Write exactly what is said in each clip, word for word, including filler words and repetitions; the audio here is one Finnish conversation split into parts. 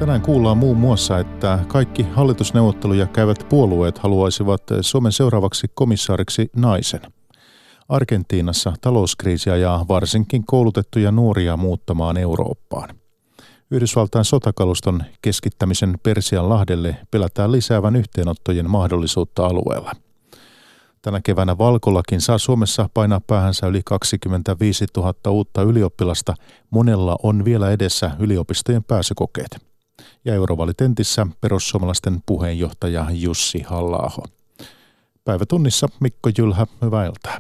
Tänään kuullaan muun muassa, että kaikki hallitusneuvotteluja käyvät puolueet haluaisivat Suomen seuraavaksi komissaariksi naisen. Argentiinassa talouskriisi ajaa varsinkin koulutettuja nuoria muuttamaan Eurooppaan. Yhdysvaltain sotakaluston keskittämisen Persianlahdelle pelätään lisäävän yhteenottojen mahdollisuutta alueella. Tänä keväänä Valkolakin saa Suomessa painaa päähänsä yli kaksikymmentäviisituhatta uutta ylioppilasta. Monella on vielä edessä yliopistojen pääsykokeet. Ja Eurovalitentissä perussuomalaisten puheenjohtaja Jussi Halla-aho. Päivätunnissa Mikko Jylhä, hyvää iltaa.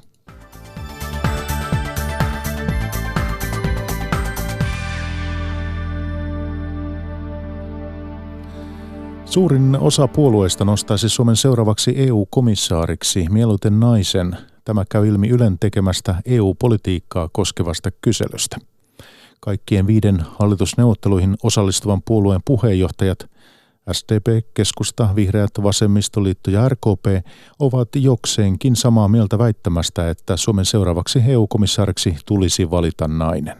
Suurin osa puolueista nostaisi Suomen seuraavaksi E U-komissaariksi, mieluiten naisen. Tämä käy ilmi Ylen tekemästä E U-politiikkaa koskevasta kyselystä. Kaikkien viiden hallitusneuvotteluihin osallistuvan puolueen puheenjohtajat S D P, Keskusta, Vihreät, Vasemmistoliitto ja R K P ovat jokseenkin samaa mieltä väittämästä, että Suomen seuraavaksi E U-komissaariksi tulisi valita nainen.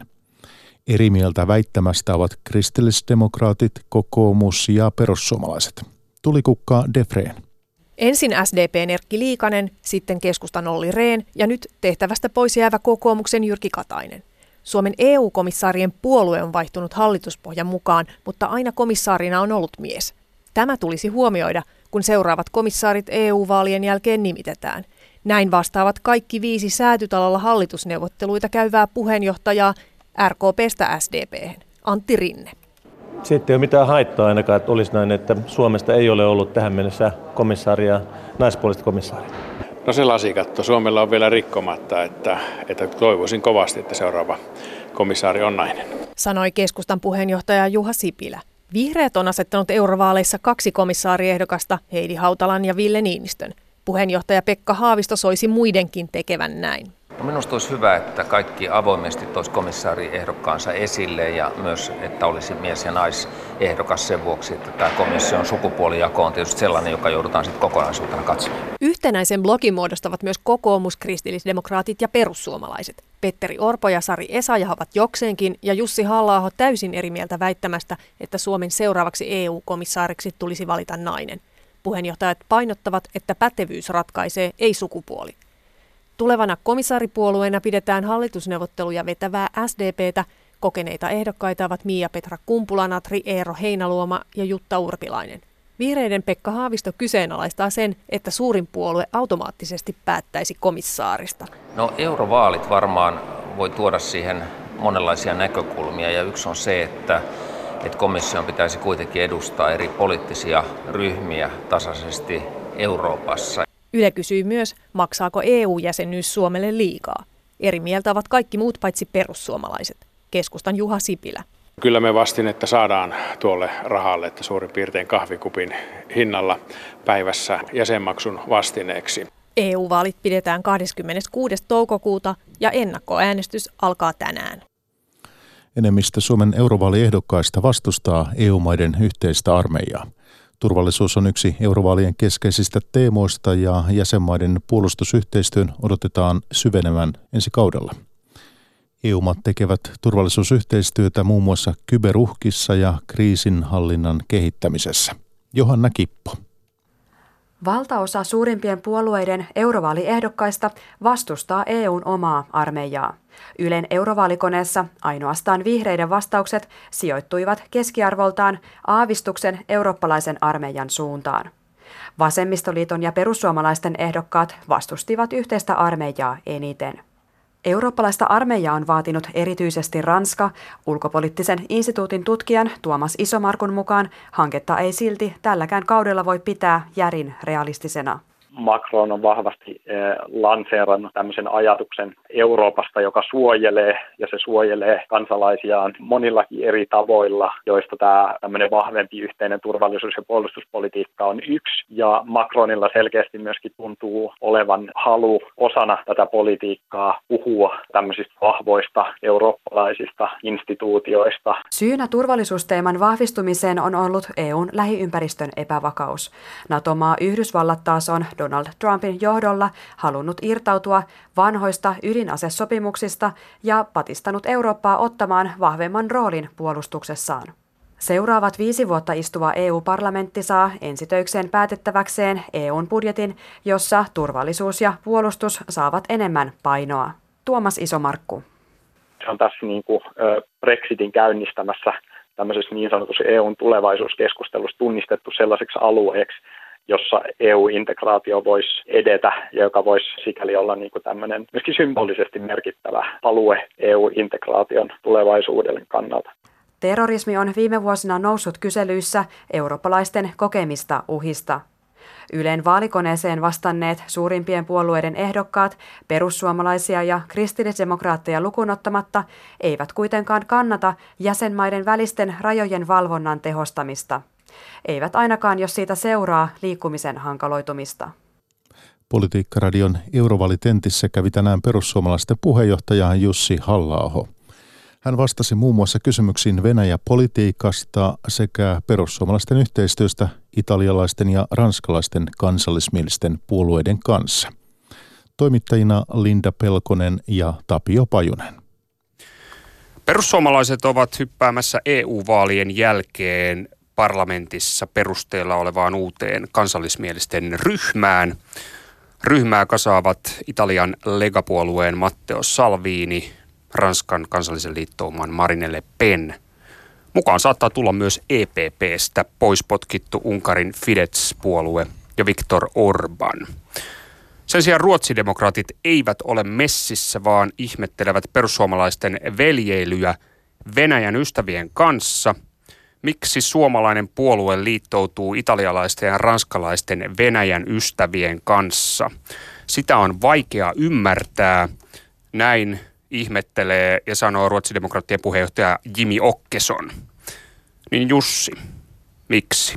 Eri mieltä väittämästä ovat kristillisdemokraatit, kokoomus ja perussuomalaiset. Tulikukka Defreen. Ensin S D P:n Erkki Liikanen, sitten keskustan Olli Rehn ja nyt tehtävästä pois jäävä kokoomuksen Jyrki Katainen. Suomen E U-komissaarien puolue on vaihtunut hallituspohjan mukaan, mutta aina komissaarina on ollut mies. Tämä tulisi huomioida, kun seuraavat komissaarit E U-vaalien jälkeen nimitetään. Näin vastaavat kaikki viisi Säätytalolla hallitusneuvotteluita käyvää puheenjohtajaa R K P:stä S D P:hen, Antti Rinne. Sitten ei ole mitään haittaa ainakaan, että olisi näin, että Suomesta ei ole ollut tähän mennessä komissaaria, naispuolista komissaaria. No se lasikatto Suomella on vielä rikkomatta, että, että toivoisin kovasti, että seuraava komissaari on nainen. Sanoi keskustan puheenjohtaja Juha Sipilä. Vihreät on asettanut eurovaaleissa kaksi komissaariehdokasta, Heidi Hautalan ja Ville Niinistön. Puheenjohtaja Pekka Haavisto soisi muidenkin tekevän näin. Minusta olisi hyvä, että kaikki avoimesti toisi komissaariehdokkaansa esille ja myös, että olisi mies- ja naisehdokas sen vuoksi, että tämä komission sukupuolijako on tietysti sellainen, joka joudutaan sitten kokonaisuutena katsomaan. Yhtenäisen blogin muodostavat myös kokoomus, kristillisdemokraatit ja perussuomalaiset. Petteri Orpo ja Sari Essayah ovat jokseenkin ja Jussi Halla-aho täysin eri mieltä väittämästä, että Suomen seuraavaksi E U-komissaariksi tulisi valita nainen. Puheenjohtajat painottavat, että pätevyys ratkaisee, ei sukupuoli. Tulevana komissaaripuolueena pidetään hallitusneuvotteluja vetävää S D P:tä. Kokeneita ehdokkaita ovat Miia-Petra Kumpula-Natri, Eero Heinaluoma ja Jutta Urpilainen. Vihreiden Pekka Haavisto kyseenalaistaa sen, että suurin puolue automaattisesti päättäisi komissaarista. No eurovaalit varmaan voi tuoda siihen monenlaisia näkökulmia ja yksi on se, että, että komission pitäisi kuitenkin edustaa eri poliittisia ryhmiä tasaisesti Euroopassa. Yle kysyy myös, maksaako E U-jäsenyys Suomelle liikaa. Eri mieltä ovat kaikki muut paitsi perussuomalaiset. Keskustan Juha Sipilä. Kyllä me vastinetta saadaan tuolle rahalle, että suurin piirtein kahvikupin hinnalla päivässä jäsenmaksun vastineeksi. E U-vaalit pidetään kahdeskymmeneskuudes toukokuuta ja ennakkoäänestys alkaa tänään. Enemmistö Suomen eurovaaliehdokkaista vastustaa E U-maiden yhteistä armeijaa. Turvallisuus on yksi eurovaalien keskeisistä teemoista ja jäsenmaiden puolustusyhteistyön odotetaan syvenevän ensi kaudella. E U-maat tekevät turvallisuusyhteistyötä muun muassa kyberuhkissa ja kriisinhallinnan kehittämisessä. Johanna Kippo. Valtaosa suurimpien puolueiden eurovaaliehdokkaista vastustaa E U:n omaa armeijaa. Ylen eurovaalikoneessa ainoastaan vihreiden vastaukset sijoittuivat keskiarvoltaan aavistuksen eurooppalaisen armeijan suuntaan. Vasemmistoliiton ja perussuomalaisten ehdokkaat vastustivat yhteistä armeijaa eniten. Eurooppalaista armeijaa on vaatinut erityisesti Ranska. Ulkopoliittisen instituutin tutkijan Tuomas Isomarkun mukaan hanketta ei silti tälläkään kaudella voi pitää järin realistisena. Macron on vahvasti lanseerannut tämmöisen ajatuksen Euroopasta, joka suojelee, ja se suojelee kansalaisiaan monillakin eri tavoilla, joista tämä tämmöinen vahvempi yhteinen turvallisuus- ja puolustuspolitiikka on yksi. Ja Macronilla selkeästi myöskin tuntuu olevan halu osana tätä politiikkaa puhua tämmöisistä vahvoista eurooppalaisista instituutioista. Syynä turvallisuusteeman vahvistumiseen on ollut E U:n lähiympäristön epävakaus. NATO-maa Yhdysvallat taas on Donald Trumpin johdolla halunnut irtautua vanhoista ydinasesopimuksista ja patistanut Eurooppaa ottamaan vahvemman roolin puolustuksessaan. Seuraavat viisi vuotta istuva E U-parlamentti saa ensitöikseen päätettäväkseen E U:n budjetin, jossa turvallisuus ja puolustus saavat enemmän painoa. Tuomas Isomarkku. Se on tässä niin kuin Brexitin käynnistämässä tämmöisessä niin sanotussa E U:n tulevaisuuskeskustelussa tunnistettu sellaiseksi alueeksi, jossa E U-integraatio voisi edetä ja joka voisi sikäli olla niin kuin tämmöinen myöskin symbolisesti merkittävä alue E U-integraation tulevaisuuden kannalta. Terrorismi on viime vuosina noussut kyselyissä eurooppalaisten kokemista uhista. Ylen vaalikoneeseen vastanneet suurimpien puolueiden ehdokkaat, perussuomalaisia ja kristillisdemokraatteja lukuun ottamatta, eivät kuitenkaan kannata jäsenmaiden välisten rajojen valvonnan tehostamista. Eivät ainakaan, jos siitä seuraa liikkumisen hankaloitumista. Politiikkaradion Eurovaalitentissä kävi tänään perussuomalaisten puheenjohtaja Jussi Halla-aho. Hän vastasi muun muassa kysymyksiin Venäjä-politiikasta sekä perussuomalaisten yhteistyöstä italialaisten ja ranskalaisten kansallismielisten puolueiden kanssa. Toimittajina Linda Pelkonen ja Tapio Pajunen. Perussuomalaiset ovat hyppäämässä E U-vaalien jälkeen parlamentissa perusteella olevaan uuteen kansallismielisten ryhmään. Ryhmää kasaavat Italian Lega-puolueen Matteo Salvini, Ranskan kansallisen liittouman Marine Le Pen. Mukaan saattaa tulla myös E P P:stä poispotkittu Unkarin Fidesz-puolue ja Viktor Orban. Sen sijaan ruotsidemokraatit eivät ole messissä, vaan ihmettelevät perussuomalaisten veljeilyjä Venäjän ystävien kanssa. Miksi suomalainen puolue liittoutuu italialaisten ja ranskalaisten Venäjän ystävien kanssa? Sitä on vaikea ymmärtää. Näin ihmettelee ja sanoo ruotsidemokraattien puheenjohtaja Jimmy Åkesson. Niin Jussi, miksi?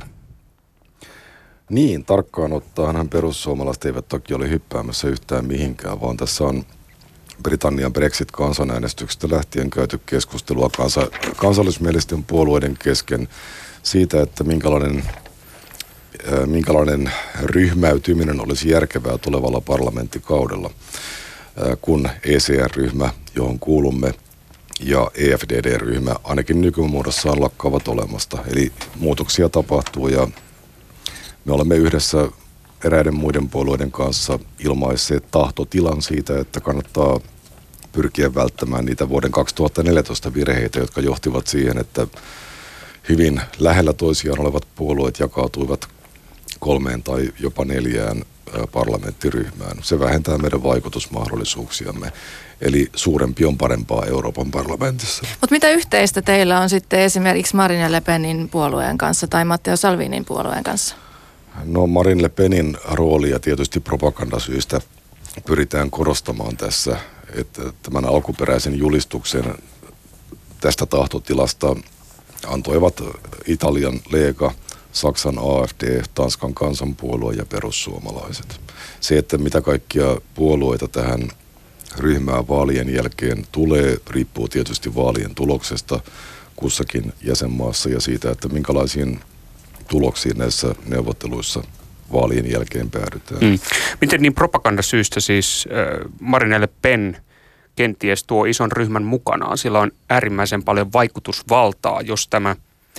Niin, tarkkaan ottaenhan perussuomalaiset eivät toki ole hyppäämässä yhtään mihinkään, vaan tässä on Britannian Brexit-kansanäänestyksestä lähtien käyty keskustelua kansa, kansallismielisten puolueiden kesken siitä, että minkälainen, äh, minkälainen ryhmäytyminen olisi järkevää tulevalla parlamenttikaudella, äh, kun E C R-ryhmä, johon kuulumme, ja E F D D-ryhmä ainakin nykymuodossaan lakkaavat olemasta. Eli muutoksia tapahtuu ja me olemme yhdessä eräiden muiden puolueiden kanssa ilmaisseet tahtotilan siitä, että kannattaa pyrkiä välttämään niitä vuoden kaksituhattaneljätoista virheitä, jotka johtivat siihen, että hyvin lähellä toisiaan olevat puolueet jakautuivat kolmeen tai jopa neljään parlamenttiryhmään. Se vähentää meidän vaikutusmahdollisuuksiamme. Eli suurempi on parempaa Euroopan parlamentissa. Mutta mitä yhteistä teillä on sitten esimerkiksi Marine Le Penin puolueen kanssa tai Matteo Salvinin puolueen kanssa? No Marine Le Penin roolia tietysti propagandasyistä pyritään korostamaan tässä, että tämän alkuperäisen julistuksen tästä tahtotilasta antoivat Italian Lega, Saksan A F D, Tanskan kansanpuolue ja perussuomalaiset. Se, että mitä kaikkia puolueita tähän ryhmään vaalien jälkeen tulee, riippuu tietysti vaalien tuloksesta kussakin jäsenmaassa ja siitä, että minkälaisiin tuloksiin näissä neuvotteluissa vaalien jälkeen päädytään. Mm. Miten niin propagandasyistä siis äh, Marine Le Pen kenties tuo ison ryhmän mukanaan? Sillä on äärimmäisen paljon vaikutusvaltaa, jos tämä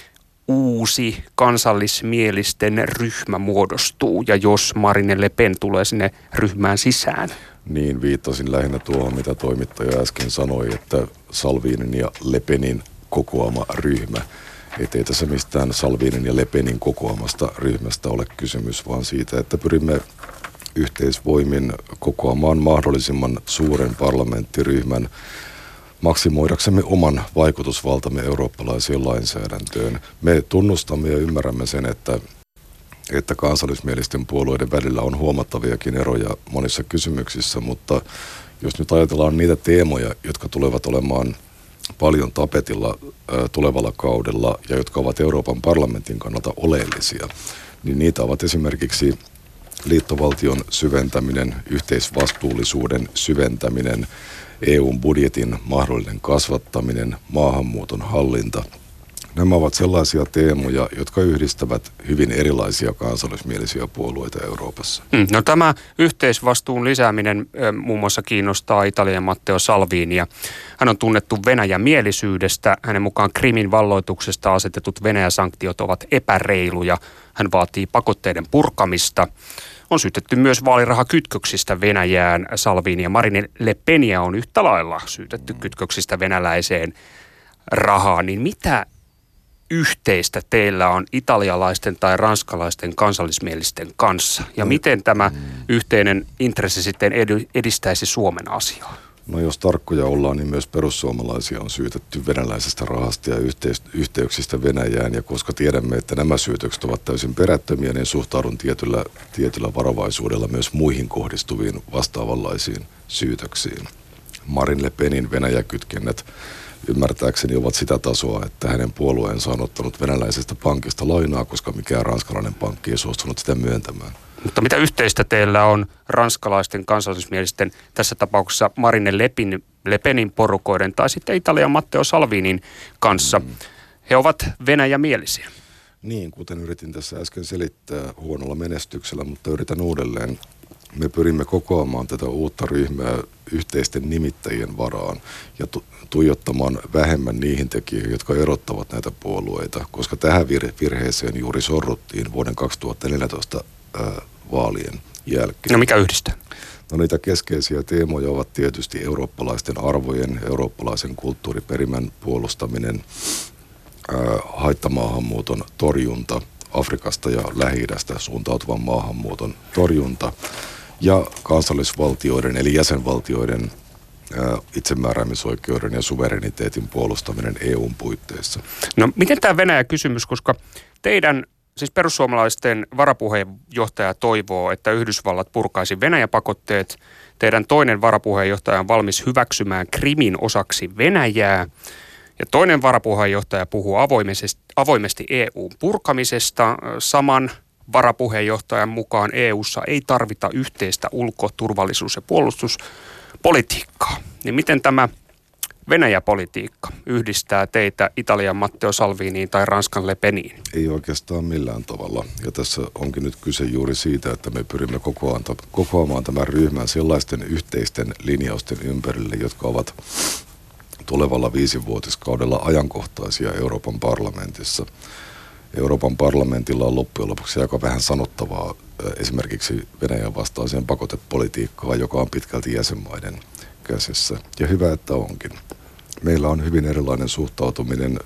uusi kansallismielisten ryhmä muodostuu ja jos Marine Le Pen tulee sinne ryhmään sisään. Niin, viittasin lähinnä tuohon, mitä toimittaja äsken sanoi, että Salvinin ja Le Penin kokoama ryhmä. Että ei tässä mistään Salvinin ja Le Penin kokoamasta ryhmästä ole kysymys, vaan siitä, että pyrimme yhteisvoimin kokoamaan mahdollisimman suuren parlamenttiryhmän maksimoidaksemme oman vaikutusvaltamme eurooppalaiseen lainsäädäntöön. Me tunnustamme ja ymmärrämme sen, että, että kansallismielisten puolueiden välillä on huomattaviakin eroja monissa kysymyksissä, mutta jos nyt ajatellaan niitä teemoja, jotka tulevat olemaan paljon tapetilla ä, tulevalla kaudella ja jotka ovat Euroopan parlamentin kannalta oleellisia, niin niitä ovat esimerkiksi liittovaltion syventäminen, yhteisvastuullisuuden syventäminen, E U:n budjetin mahdollinen kasvattaminen, maahanmuuton hallinta. Nämä ovat sellaisia teemoja, jotka yhdistävät hyvin erilaisia kansallismielisiä puolueita Euroopassa. Mm, no tämä yhteisvastuun lisääminen äh, muun muassa kiinnostaa Italian Matteo Salvinia. Hän on tunnettu Venäjä-mielisyydestä. Hänen mukaan Krimin valloituksesta asetetut Venäjä-sanktiot ovat epäreiluja. Hän vaatii pakotteiden purkamista. On syytetty myös vaalirahakytköksistä Venäjään. Salvini ja Marine Le Penia on yhtä lailla syytetty kytköksistä venäläiseen rahaan. Niin mitä yhteistä teillä on italialaisten tai ranskalaisten kansallismielisten kanssa? Ja miten tämä yhteinen intressi sitten edistäisi Suomen asiaa? No jos tarkkoja ollaan, niin myös perussuomalaisia on syytetty venäläisestä rahasta ja yhteyksistä Venäjään. Ja koska tiedämme, että nämä syytökset ovat täysin perättömiä, niin suhtaudun tietyllä, tietyllä varovaisuudella myös muihin kohdistuviin vastaavanlaisiin syytöksiin. Marine Le Penin Venäjä-kytkennät ymmärtääkseni ovat sitä tasoa, että hänen puolueensa on ottanut venäläisestä pankista lainaa, koska mikään ranskalainen pankki ei suostunut sitä myöntämään. Mutta mitä yhteistä teillä on ranskalaisten kansallismielisten, tässä tapauksessa Marine Lepin, Le Penin porukoiden tai sitten Italian Matteo Salvinin kanssa? Mm. He ovat venäjämielisiä. Niin, kuten yritin tässä äsken selittää huonolla menestyksellä, mutta yritän uudelleen. Me pyrimme kokoamaan tätä uutta ryhmää yhteisten nimittäjien varaan ja tu- tuijottamaan vähemmän niihin tekijöihin, jotka erottavat näitä puolueita, koska tähän vir- virheeseen juuri sorruttiin vuoden kaksituhattaneljätoista ää, vaalien jälkeen. No mikä yhdistää? No niitä keskeisiä teemoja ovat tietysti eurooppalaisten arvojen, eurooppalaisen kulttuuriperimän puolustaminen, ää, haittamaahanmuuton torjunta, Afrikasta ja Lähi-idästä suuntautuvan maahanmuuton torjunta ja kansallisvaltioiden eli jäsenvaltioiden ää, itsemääräämisoikeuden ja suvereniteetin puolustaminen E U:n puitteissa. No miten tämä Venäjä-kysymys, koska teidän, siis perussuomalaisten varapuheenjohtaja toivoo, että Yhdysvallat purkaisi Venäjä-pakotteet, teidän toinen varapuheenjohtaja on valmis hyväksymään Krimin osaksi Venäjää, ja toinen varapuheenjohtaja puhuu avoimesti, avoimesti E U:n purkamisesta. Saman varapuheenjohtajan mukaan E U:ssa ei tarvita yhteistä ulko-, turvallisuus- ja puolustuspolitiikkaa. Niin miten tämä Venäjä-politiikka yhdistää teitä Italian Matteo Salviniin tai Ranskan Le Peniin? Ei oikeastaan millään tavalla. Ja tässä onkin nyt kyse juuri siitä, että me pyrimme kokoamaan tämän ryhmän sellaisten yhteisten linjausten ympärille, jotka ovat tulevalla viisivuotiskaudella ajankohtaisia Euroopan parlamentissa. Euroopan parlamentilla on loppujen lopuksi aika vähän sanottavaa esimerkiksi Venäjän vastaiseen pakotepolitiikkaan, joka on pitkälti jäsenmaiden käsissä. Ja hyvä, että onkin. Meillä on hyvin erilainen suhtautuminen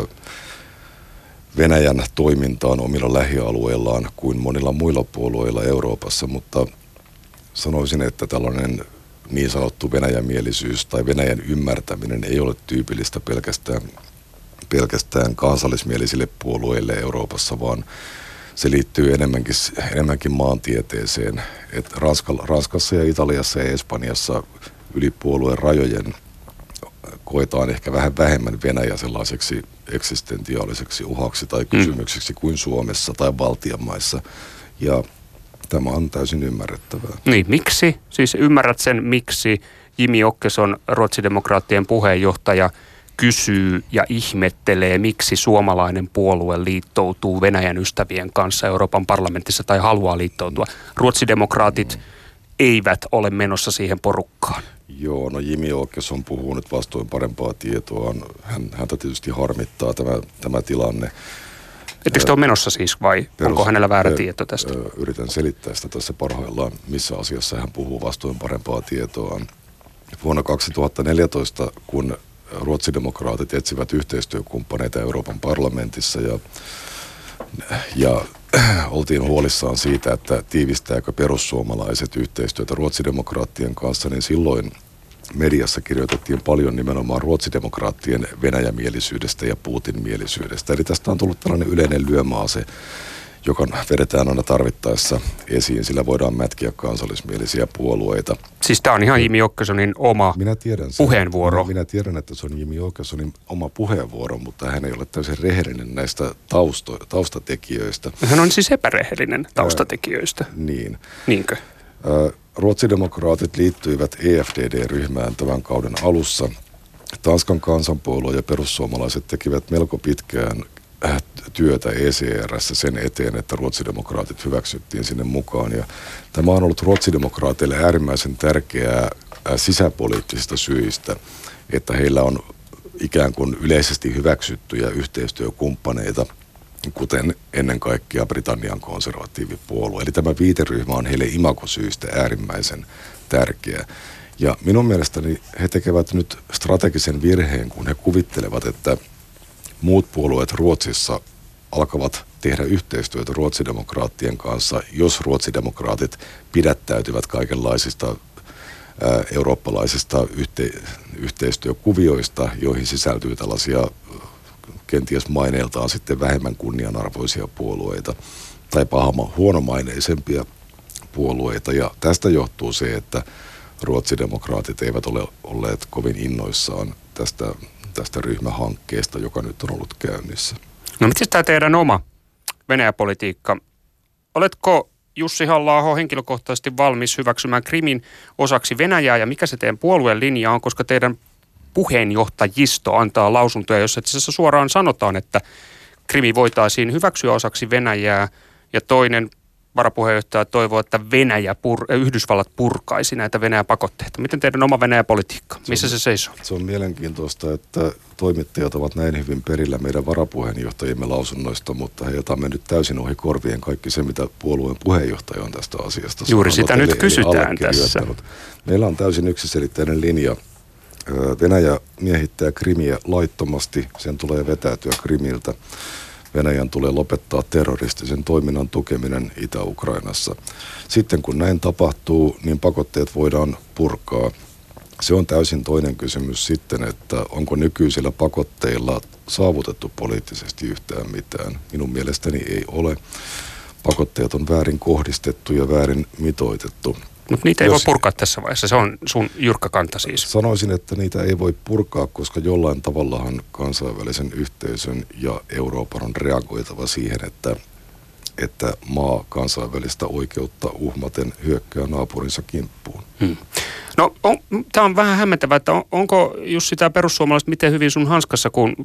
Venäjän toimintaan omilla lähialueillaan kuin monilla muilla puolueilla Euroopassa, mutta sanoisin, että tällainen niin sanottu venäjämielisyys tai Venäjän ymmärtäminen ei ole tyypillistä pelkästään, pelkästään kansallismielisille puolueille Euroopassa, vaan se liittyy enemmänkin, enemmänkin maantieteeseen. Et Ranska, Ranskassa ja Italiassa ja Espanjassa yli puolueen rajojen koetaan ehkä vähän vähemmän Venäjä sellaiseksi eksistentiaaliseksi uhaksi tai kysymykseksi mm. kuin Suomessa tai Baltian maissa. Ja tämä on täysin ymmärrettävää. Niin, miksi? Siis ymmärrät sen, miksi Jimmy Åkesson, ruotsidemokraattien puheenjohtaja, kysyy ja ihmettelee, miksi suomalainen puolue liittoutuu Venäjän ystävien kanssa Euroopan parlamentissa tai haluaa liittoutua. Ruotsidemokraatit mm. eivät ole menossa siihen porukkaan. Joo, no Jimmy Åkesson puhuu nyt vastoin parempaa tietoa. Hän, häntä tietysti harmittaa tämä, tämä tilanne. Ettekö te ole menossa siis vai Perus, onko hänellä väärä ö, tieto tästä? Ö, yritän selittää sitä tässä parhaillaan, missä asiassa hän puhuu vastoin parempaa tietoaan. Vuonna kaksituhattaneljätoista, kun ruotsidemokraatit etsivät yhteistyökumppaneita Euroopan parlamentissa ja, ja oltiin huolissaan siitä, että tiivistääkö perussuomalaiset yhteistyötä ruotsidemokraattien kanssa, niin silloin mediassa kirjoitettiin paljon nimenomaan ruotsidemokraattien venäjämielisyydestä ja Putin-mielisyydestä. Eli tästä on tullut tällainen yleinen lyömäase, joka vedetään aina tarvittaessa esiin. Sillä voidaan mätkiä kansallismielisiä puolueita. Siis tämä on ihan Jimmy Åkessonin oma minä tiedän puheenvuoro. Minä, minä tiedän, että se on Jimmy Åkessonin oma puheenvuoro, mutta hän ei ole täysin rehellinen näistä tausto, taustatekijöistä. Hän on siis epärehellinen taustatekijöistä. Ää, niin. Niinkö? Ää, ruotsidemokraatit liittyivät E F D D-ryhmään tämän kauden alussa. Tanskan kansanpuolue ja perussuomalaiset tekivät melko pitkään työtä E C R:ssä sen eteen, että ruotsidemokraatit hyväksyttiin sinne mukaan. Ja tämä on ollut ruotsidemokraateille äärimmäisen tärkeää sisäpoliittisista syistä, että heillä on ikään kuin yleisesti hyväksyttyjä yhteistyökumppaneita, kuten ennen kaikkea Britannian konservatiivipuolue. Eli tämä viiteryhmä on heille imagosyistä äärimmäisen tärkeä. Ja minun mielestäni he tekevät nyt strategisen virheen, kun he kuvittelevat, että muut puolueet Ruotsissa alkavat tehdä yhteistyötä ruotsidemokraattien kanssa, jos ruotsidemokraatit pidättäytyvät kaikenlaisista ää, eurooppalaisista yhte- yhteistyökuvioista, joihin sisältyy tällaisia kenties maineiltaan sitten vähemmän kunnianarvoisia puolueita tai pahama, huonomaineisempia puolueita. Ja tästä johtuu se, että ruotsidemokraatit eivät ole olleet kovin innoissaan tästä, tästä ryhmähankkeesta, joka nyt on ollut käynnissä. No miten tämä teidän oma Venäjä-politiikka? Oletko Jussi Halla-aho henkilökohtaisesti valmis hyväksymään Krimin osaksi Venäjää ja mikä se teidän puolueen linja on, koska teidän puheenjohtajisto antaa lausuntoja, jossa itse asiassa suoraan sanotaan, että Krimi voitaisiin hyväksyä osaksi Venäjää ja toinen varapuheenjohtaja toivoo, että Venäjä pur- Yhdysvallat purkaisi näitä Venäjä-pakotteita. Miten teidän oma Venäjä-politiikka? Missä se, on, se seisoo? Se on mielenkiintoista, että toimittajat ovat näin hyvin perillä meidän varapuheenjohtajiemme lausunnoista, mutta he otamme nyt täysin ohi korvien kaikki se, mitä puolueen puheenjohtaja on tästä asiasta. Juuri sitä nyt kysytään tässä. Meillä on täysin yksiselitteinen linja. Venäjä miehittää Krimiä laittomasti, sen tulee vetäytyä Krimiltä. Venäjän tulee lopettaa terroristisen toiminnan tukeminen Itä-Ukrainassa. Sitten kun näin tapahtuu, niin pakotteet voidaan purkaa. Se on täysin toinen kysymys sitten, että onko nykyisillä pakotteilla saavutettu poliittisesti yhtään mitään. Minun mielestäni ei ole. Pakotteet on väärin kohdistettu ja väärin mitoitettu. Mutta niitä ei Jos, voi purkaa tässä vaiheessa, se on sun jyrkkä kanta siis. Sanoisin, että niitä ei voi purkaa, koska jollain tavallahan kansainvälisen yhteisön ja Euroopan on reagoitava siihen, että, että maa kansainvälistä oikeutta uhmaten hyökkää naapurinsa kimppuun. Hmm. No tämä on vähän hämmentävää, että on, onko Jussi tämä perussuomalaiset miten hyvin sun hanskassa, kun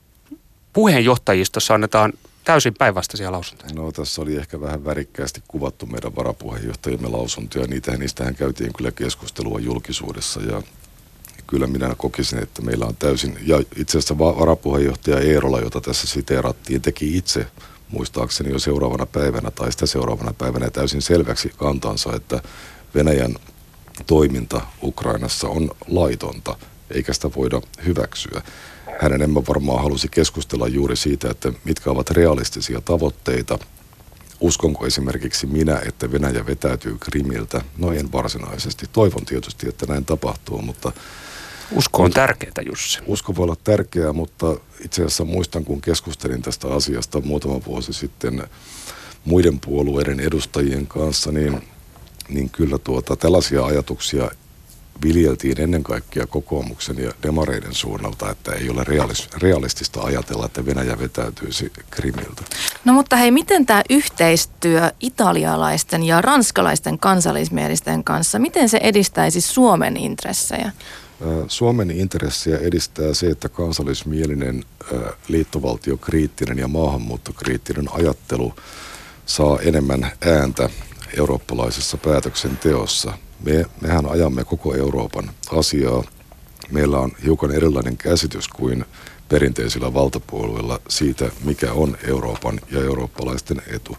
puheenjohtajistossa annetaan täysin päinvastaisia lausuntoja? No tässä oli ehkä vähän värikkäästi kuvattu meidän varapuheenjohtajiemme lausuntoja. Niitähän, niistähän käytiin kyllä keskustelua julkisuudessa ja kyllä minä kokisin, että meillä on täysin, ja itse asiassa varapuheenjohtaja Eerola, jota tässä siteerattiin, teki itse muistaakseni jo seuraavana päivänä tai sitä seuraavana päivänä täysin selväksi kantansa, että Venäjän toiminta Ukrainassa on laitonta, eikä sitä voida hyväksyä. Hän enemmän varmaan halusi keskustella juuri siitä, että mitkä ovat realistisia tavoitteita. Uskonko esimerkiksi minä, että Venäjä vetäytyy Krimiltä? No en varsinaisesti. Toivon tietysti, että näin tapahtuu, mutta... Usko on tärkeää, Jussi. Usko voi olla tärkeää, mutta itse asiassa muistan, kun keskustelin tästä asiasta muutama vuosi sitten muiden puolueiden edustajien kanssa, niin, niin kyllä tuota, tällaisia ajatuksia viljeltiin ennen kaikkea kokoomuksen ja demareiden suunnalta, että ei ole realistista ajatella, että Venäjä vetäytyisi Krimiltä. No mutta hei, miten tämä yhteistyö italialaisten ja ranskalaisten kansallismielisten kanssa, miten se edistäisi Suomen intressejä? Suomen intressejä edistää se, että kansallismielinen, liittovaltiokriittinen ja maahanmuuttokriittinen ajattelu saa enemmän ääntä eurooppalaisessa päätöksenteossa. Me, mehän ajamme koko Euroopan asiaa. Meillä on hiukan erilainen käsitys kuin perinteisillä valtapuolueilla siitä, mikä on Euroopan ja eurooppalaisten etu.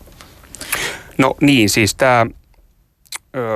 No niin, siis tämä, öö,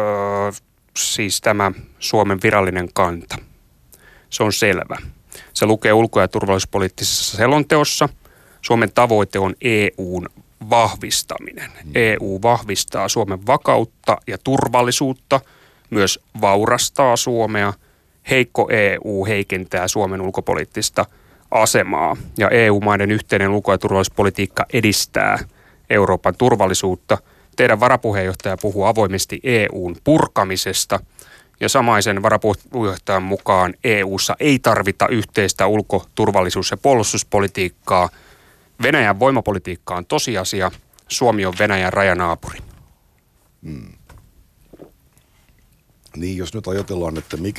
siis tämä Suomen virallinen kanta, se on selvä. Se lukee ulko- ja turvallisuuspoliittisessa selonteossa. Suomen tavoite on E U:n vahvistaminen. Hmm. E U vahvistaa Suomen vakautta ja turvallisuutta, myös vaurastaa Suomea. Heikko E U heikentää Suomen ulkopoliittista asemaa ja E U-maiden yhteinen ulko- ja turvallisuuspolitiikka edistää Euroopan turvallisuutta. Teidän varapuheenjohtaja puhuu avoimesti E U:n purkamisesta ja samaisen varapuheenjohtajan mukaan E U:ssa ei tarvita yhteistä ulko-, turvallisuus- ja puolustuspolitiikkaa. Venäjän voimapolitiikka on tosiasia. Suomi on Venäjän rajanaapuri. Hmm. Niin, jos nyt ajatellaan, että mikä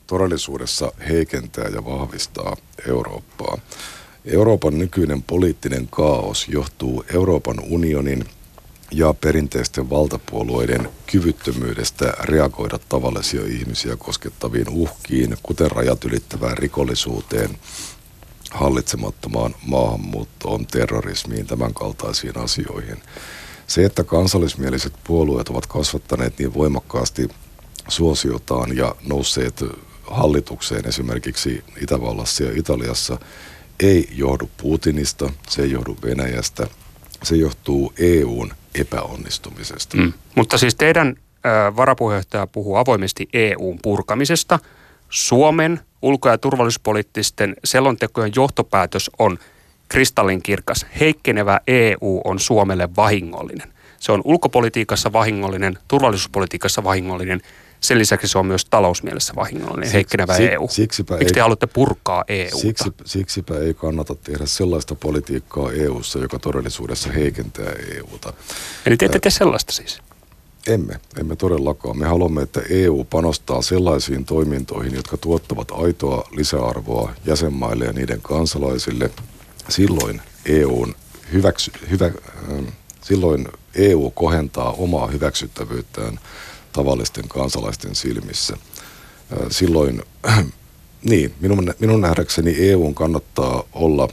todellisuudessa heikentää ja vahvistaa Eurooppaa. Euroopan nykyinen poliittinen kaos johtuu Euroopan unionin ja perinteisten valtapuolueiden kyvyttömyydestä reagoida tavallisia ihmisiä koskettaviin uhkiin, kuten rajat ylittävään rikollisuuteen, hallitsemattomaan maahanmuuttoon, terrorismiin, tämän kaltaisiin asioihin. Se, että kansallismieliset puolueet ovat kasvattaneet niin voimakkaasti suosiotaan ja nousseet hallitukseen esimerkiksi Itävallassa ja Italiassa, ei johdu Putinista, se ei johdu Venäjästä, se johtuu E U:n epäonnistumisesta. Mm. Mutta siis teidän äh, varapuheenjohtaja puhuu avoimesti E U:n purkamisesta. Suomen ulko- ja turvallisuuspoliittisten selontekojen johtopäätös on kristallinkirkas. Heikkenevä E U on Suomelle vahingollinen. Se on ulkopolitiikassa vahingollinen, turvallisuuspolitiikassa vahingollinen. Sen lisäksi se on myös talousmielessä vahingollinen, Siksi, heikkenevä E U. Miksi te haluatte purkaa E U:ta? Siksi, siksipä ei kannata tehdä sellaista politiikkaa E U:ssa, joka todellisuudessa heikentää E U:ta. Eli te ette tee sellaista siis? Emme, emme todellakaan. Me haluamme, että E U panostaa sellaisiin toimintoihin, jotka tuottavat aitoa lisäarvoa jäsenmaille ja niiden kansalaisille. Silloin E U:n hyväksy, hyvä, äh, silloin E U kohentaa omaa hyväksyttävyyttään tavallisten kansalaisten silmissä. Silloin, niin, minun, minun nähdäkseni E U:n kannattaa olla,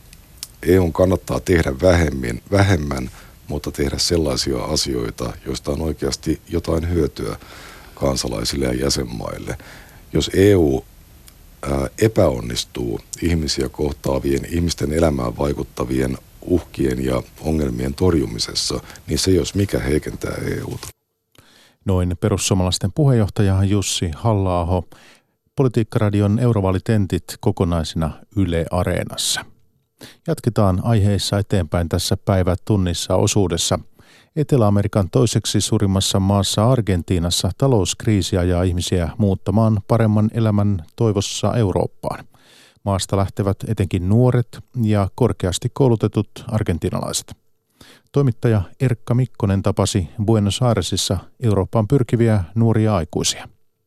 E U:n kannattaa tehdä vähemmän, vähemmän, mutta tehdä sellaisia asioita, joista on oikeasti jotain hyötyä kansalaisille ja jäsenmaille. Jos E U ää, epäonnistuu ihmisiä kohtaavien, ihmisten elämään vaikuttavien uhkien ja ongelmien torjumisessa, niin se jos mikä heikentää E U:ta. Noin perussuomalaisten puheenjohtaja Jussi Halla-aho. Politiikkaradion eurovaalitentit kokonaisina Yle Areenassa. Jatketaan aiheissa eteenpäin tässä päivätunnissa osuudessa. Etelä-Amerikan toiseksi suurimmassa maassa Argentiinassa talouskriisi ajaa ihmisiä muuttamaan paremman elämän toivossa Eurooppaan. Maasta lähtevät etenkin nuoret ja korkeasti koulutetut argentinalaiset. Toimittaja Erkka Mikkonen tapasi Buenos Airesissa Eurooppaan pyrkiviä nuoria aikuisia.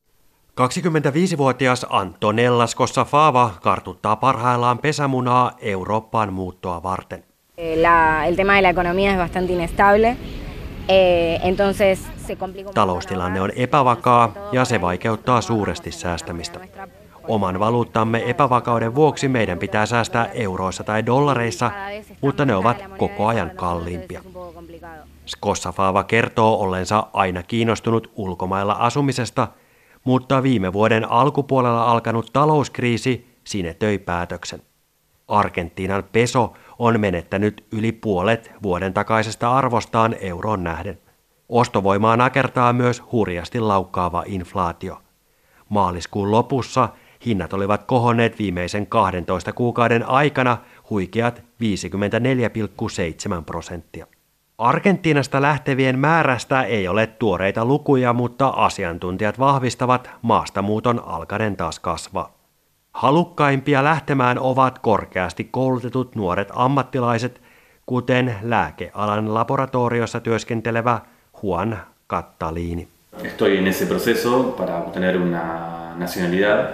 kaksikymmentäviisivuotias Antonella Scossafava kartuttaa parhaillaan pesämunaa Eurooppaan muuttoa varten. La, el tema de la economía es bastante inestable. Eh, entonces se complica. Taloustilanne on epävakaa ja se vaikeuttaa suuresti säästämistä. Oman valuuttamme epävakauden vuoksi meidän pitää säästää euroissa tai dollareissa, mutta ne ovat koko ajan kalliimpia. Scossafava kertoo ollensa aina kiinnostunut ulkomailla asumisesta, mutta viime vuoden alkupuolella alkanut talouskriisi sinetöi päätöksen. Argentiinan peso on menettänyt yli puolet vuoden takaisesta arvostaan euroon nähden. Ostovoimaa nakertaa myös hurjasti laukkaava inflaatio. Maaliskuun lopussa hinnat olivat kohonneet viimeisen kahdentoista kuukauden aikana huikeat viisikymmentäneljä pilkku seitsemän prosenttia. Argentiinasta lähtevien määrästä ei ole tuoreita lukuja, mutta asiantuntijat vahvistavat maastamuuton alkaneen taas kasvaa. Halukkaimpia lähtemään ovat korkeasti koulutetut nuoret ammattilaiset, kuten lääkealan laboratoriossa työskentelevä Juan Catalini. Estoy en ese proceso para obtener una nacionalidad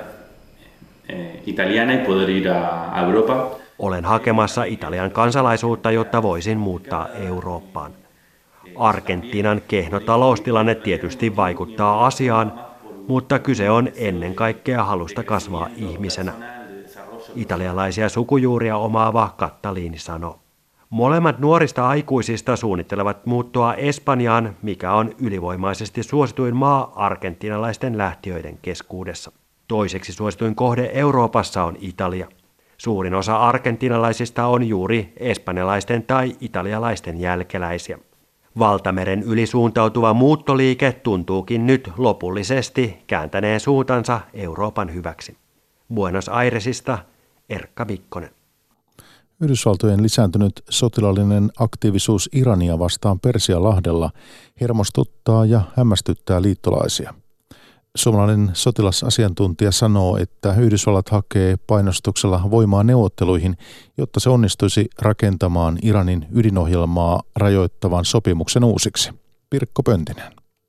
italiana y poder ir a Europa. Olen hakemassa Italian kansalaisuutta, jotta voisin muuttaa Eurooppaan. Argentiinan kehno taloustilanne tietysti vaikuttaa asiaan, mutta kyse on ennen kaikkea halusta kasvaa ihmisenä. Italialaisia sukujuuria omaava Catalini sanoo. Molemmat nuorista aikuisista suunnittelevat muuttoa Espanjaan, mikä on ylivoimaisesti suosituin maa argentinalaisten lähtiöiden keskuudessa. Toiseksi suosituin kohde Euroopassa on Italia. Suurin osa argentinalaisista on juuri espanjalaisten tai italialaisten jälkeläisiä. Valtameren yli suuntautuva muuttoliike tuntuukin nyt lopullisesti kääntäneen suuntansa Euroopan hyväksi. Buenos Airesista Erkka Mikkonen. Yhdysvaltojen lisääntynyt sotilaallinen aktiivisuus Irania vastaan Persianlahdella hermostuttaa ja hämmästyttää liittolaisia. Suomalainen sotilasasiantuntija sanoo, että Yhdysvallat hakee painostuksella voimaa neuvotteluihin, jotta se onnistuisi rakentamaan Iranin ydinohjelmaa rajoittavan sopimuksen uusiksi. Pirkko Pöntinen.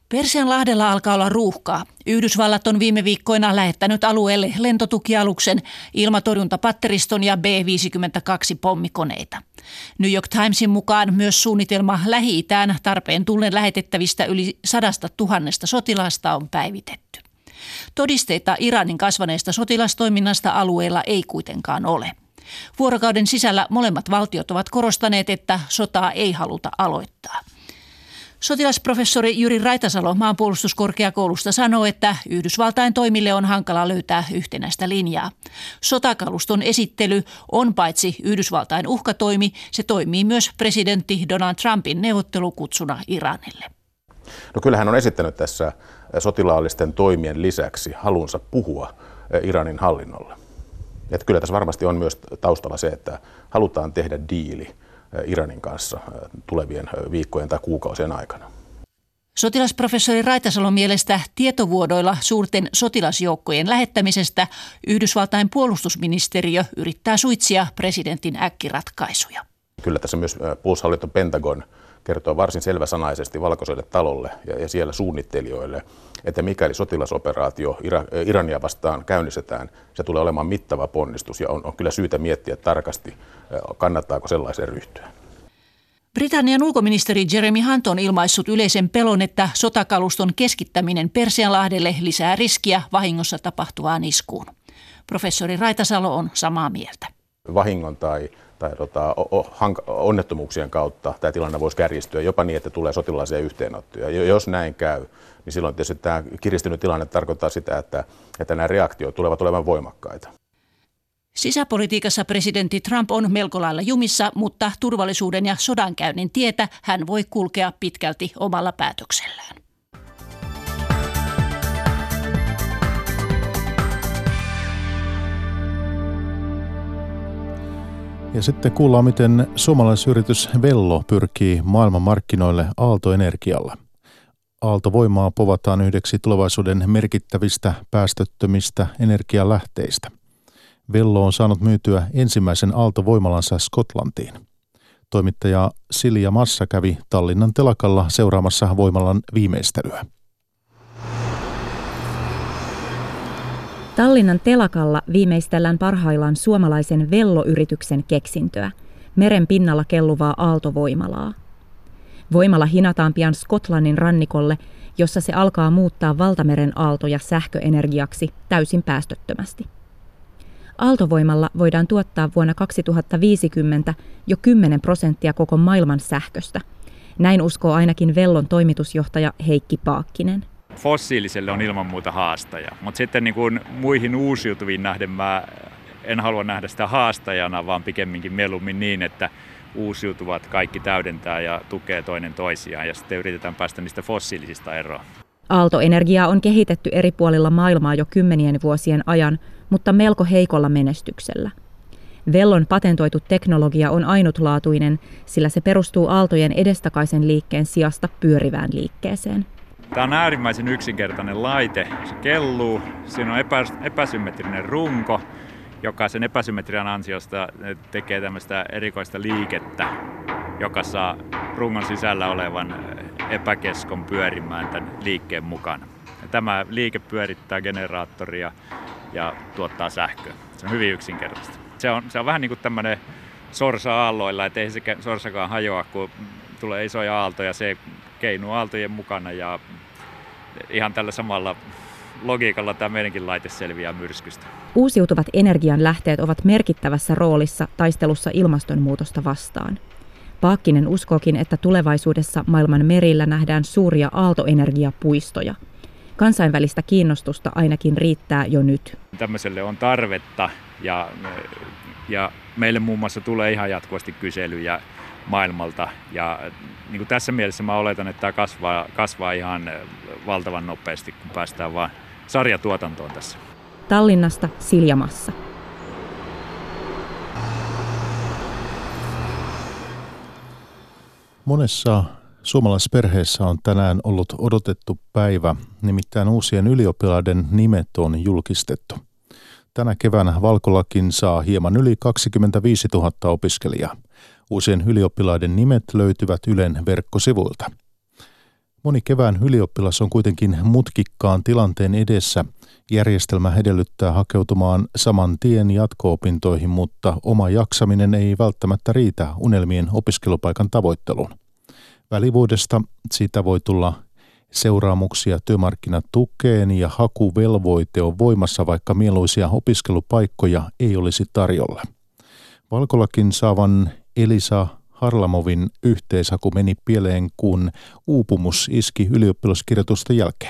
Persianlahdella alkaa olla ruuhkaa. Yhdysvallat on viime viikkoina lähettänyt alueelle lentotukialuksen, ilmatorjuntapatteriston ja B viisikymmentäkaksi pommikoneita. New York Timesin mukaan myös suunnitelma Lähi-Itään tarpeen tullen lähetettävistä yli sadasta tuhannesta sotilaasta on päivitetty. Todisteita Iranin kasvaneesta sotilastoiminnasta alueella ei kuitenkaan ole. Vuorokauden sisällä molemmat valtiot ovat korostaneet, että sotaa ei haluta aloittaa. Sotilasprofessori Jyri Raitasalo maanpuolustuskorkeakoulusta sanoo, että Yhdysvaltain toimille on hankala löytää yhtenäistä linjaa. Sotakaluston esittely on paitsi Yhdysvaltain uhkatoimi, se toimii myös presidentti Donald Trumpin neuvottelukutsuna Iranille. No kyllä hän on esittänyt tässä sotilaallisten toimien lisäksi halunsa puhua Iranin hallinnolle. Että kyllä tässä varmasti on myös taustalla se, että halutaan tehdä diili Iranin kanssa tulevien viikkojen tai kuukausien aikana. Sotilasprofessori Raitasalon mielestä tietovuodoilla suurten sotilasjoukkojen lähettämisestä Yhdysvaltain puolustusministeriö yrittää suitsia presidentin äkkiratkaisuja. Kyllä tässä myös puolustushallinto Pentagon kertoo varsin selväsanaisesti Valkoiselle talolle ja, ja siellä suunnittelijoille, että mikäli sotilasoperaatio Irania vastaan käynnistetään, se tulee olemaan mittava ponnistus ja on, on kyllä syytä miettiä tarkasti, kannattaako sellaiseen ryhtyä. Britannian ulkoministeri Jeremy Hunt on ilmaissut yleisen pelon, että sotakaluston keskittäminen Persianlahdelle lisää riskiä vahingossa tapahtuvaan iskuun. Professori Raitasalo on samaa mieltä. Vahingon tai tai tota, onnettomuuksien kautta tämä tilanne voisi kärjistyä jopa niin, että tulee sotilaisia yhteenottoja. Jos näin käy, niin silloin tietysti tämä kiristynyt tilanne tarkoittaa sitä, että, että nämä reaktiot tulevat olemaan voimakkaita. Sisäpolitiikassa presidentti Trump on melko lailla jumissa, mutta turvallisuuden ja sodankäynnin tietä hän voi kulkea pitkälti omalla päätöksellään. Ja sitten kuullaan, miten suomalaisyritys Vello pyrkii maailmanmarkkinoille aaltoenergialla. Aaltovoimaa povataan yhdeksi tulevaisuuden merkittävistä päästöttömistä energialähteistä. Vello on saanut myytyä ensimmäisen aaltovoimalansa Skotlantiin. Toimittaja Silja Massa kävi Tallinnan telakalla seuraamassa voimalan viimeistelyä. Tallinnan telakalla viimeistellään parhaillaan suomalaisen Vello-yrityksen keksintöä, meren pinnalla kelluvaa aaltovoimalaa. Voimala hinataan pian Skotlannin rannikolle, jossa se alkaa muuttaa valtameren aaltoja sähköenergiaksi täysin päästöttömästi. Aaltovoimalla voidaan tuottaa vuonna kaksituhattaviisikymmentä jo kymmenen prosenttia koko maailman sähköstä. Näin uskoo ainakin Vellon toimitusjohtaja Heikki Paakkinen. Fossiiliselle on ilman muuta haastaja, mutta sitten niin kuin muihin uusiutuviin nähden mä en halua nähdä sitä haastajana, vaan pikemminkin mieluummin niin, että uusiutuvat kaikki täydentää ja tukee toinen toisiaan ja sitten yritetään päästä niistä fossiilisista eroon. Aaltoenergiaa on kehitetty eri puolilla maailmaa jo kymmenien vuosien ajan, mutta melko heikolla menestyksellä. Vellon patentoitu teknologia on ainutlaatuinen, sillä se perustuu aaltojen edestakaisen liikkeen sijasta pyörivään liikkeeseen. Tämä on äärimmäisen yksinkertainen laite. Se kelluu, siinä on epä, epäsymmetrinen runko, joka sen epäsymmetrian ansiosta tekee tämmöistä erikoista liikettä, joka saa rungon sisällä olevan epäkeskon pyörimään tämän liikkeen mukana. Ja tämä liike pyörittää generaattoria ja tuottaa sähköä. Se on hyvin yksinkertaista. Se on, se on vähän niin kuin tämmöinen sorsa aalloilla, että ei se sorsakaan hajoa, kun tulee isoja aaltoja. Se keinuu aaltojen mukana ja ihan tällä samalla logiikalla tämä meidänkin laite selviää myrskystä. Uusiutuvat energianlähteet ovat merkittävässä roolissa taistelussa ilmastonmuutosta vastaan. Paakkinen uskookin, että tulevaisuudessa maailman merillä nähdään suuria aaltoenergiapuistoja. Kansainvälistä kiinnostusta ainakin riittää jo nyt. Tämmöiselle on tarvetta ja, ja meille muun muassa tulee ihan jatkuvasti kyselyjä maailmalta. Ja niin kuin tässä mielessä mä oletan, että tämä kasvaa, kasvaa ihan valtavan nopeasti, kun päästään vaan sarjatuotantoon tässä. Tallinnasta Silja Massa. Monessa suomalaisperheessä on tänään ollut odotettu päivä, nimittäin uusien ylioppilaiden nimet on julkistettu. Tänä keväänä Valkolakin saa hieman yli kaksikymmentäviisituhatta opiskelijaa. Uusien ylioppilaiden nimet löytyvät Ylen verkkosivuilta. Moni kevään ylioppilas on kuitenkin mutkikkaan tilanteen edessä. Järjestelmä edellyttää hakeutumaan saman tien jatko-opintoihin, mutta oma jaksaminen ei välttämättä riitä unelmien opiskelupaikan tavoitteluun. Välivuodesta siitä voi tulla seuraamuksia työmarkkinatukeen ja hakuvelvoite on voimassa, vaikka mieluisia opiskelupaikkoja ei olisi tarjolla. Valkolakin saavan Elisa Harlamovin yhteishaku meni pieleen, kun uupumus iski ylioppilaskirjoitusten jälkeen.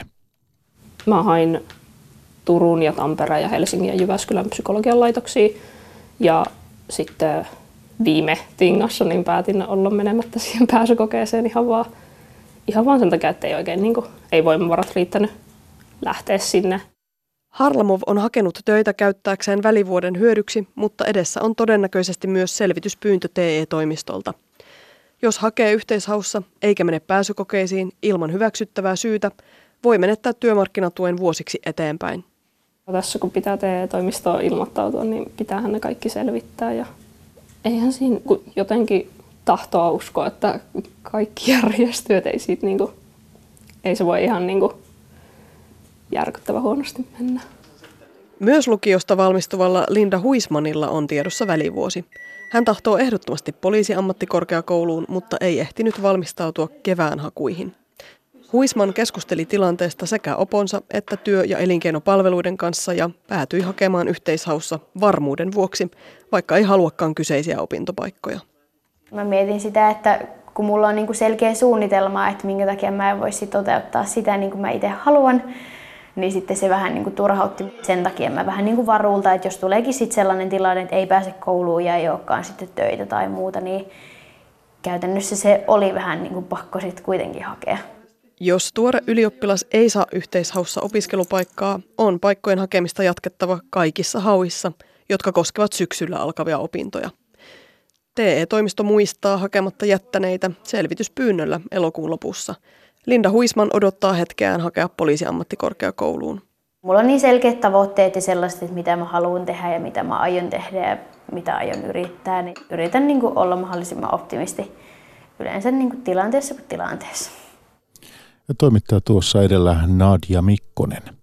Mä hain Turun ja Tampereen ja Helsingin ja Jyväskylän psykologian laitoksiin ja sitten viime tingassa niin päätin olla menemättä siihen pääsykokeeseen ihan vaan, ihan vaan sen takia, että ei oikein niin kuin, ei voimavarat riittänyt lähteä sinne. Harlamov on hakenut töitä käyttääkseen välivuoden hyödyksi, mutta edessä on todennäköisesti myös selvityspyyntö T E-toimistolta. Jos hakee yhteishaussa eikä mene pääsykokeisiin ilman hyväksyttävää syytä, voi menettää työmarkkinatuen vuosiksi eteenpäin. Tässä kun pitää T E-toimistoon ilmoittautua, niin pitäähän ne kaikki selvittää. Ja eihän siinä jotenkin tahtoa uskoa, että kaikki järjestyy, ei, siitä, niin kuin, ei se voi ihan niin kuin järkyttävän huonosti mennä. Myös lukiosta valmistuvalla Linda Huismanilla on tiedossa välivuosi. Hän tahtoo ehdottomasti poliisiammattikorkeakouluun, mutta ei ehtinyt valmistautua kevään hakuihin. Huisman keskusteli tilanteesta sekä oponsa että työ- ja elinkeinopalveluiden kanssa ja päätyi hakemaan yhteishaussa varmuuden vuoksi, vaikka ei haluakaan kyseisiä opintopaikkoja. Mä mietin sitä, että kun mulla on niinku selkeä suunnitelma, että minkä takia mä en voisi toteuttaa sitä niin kuin mä itse haluan, niin sitten se vähän niinku turhautti. Sen takia mä vähän niinku varuulta, että jos tuleekin sit sellainen tilanne, että ei pääse kouluun ja ei olekaan sitten töitä tai muuta, niin käytännössä se oli vähän niinku pakko sitten kuitenkin hakea. Jos tuore ylioppilas ei saa yhteishaussa opiskelupaikkaa, on paikkojen hakemista jatkettava kaikissa hauissa, jotka koskevat syksyllä alkavia opintoja. T E-toimisto muistaa hakematta jättäneitä selvityspyynnöllä elokuun lopussa. Linda Huisman odottaa hetkeään hakea poliisiammattikorkeakouluun. Mulla on niin selkeät tavoitteet ja sellaiset, että mitä mä haluan tehdä ja mitä mä aion tehdä ja mitä aion yrittää. Niin yritän niin kuin olla mahdollisimman optimisti yleensä niin kuin tilanteessa kuin tilanteessa. Ja toimittaja tuossa edellä Nadia Mikkonen.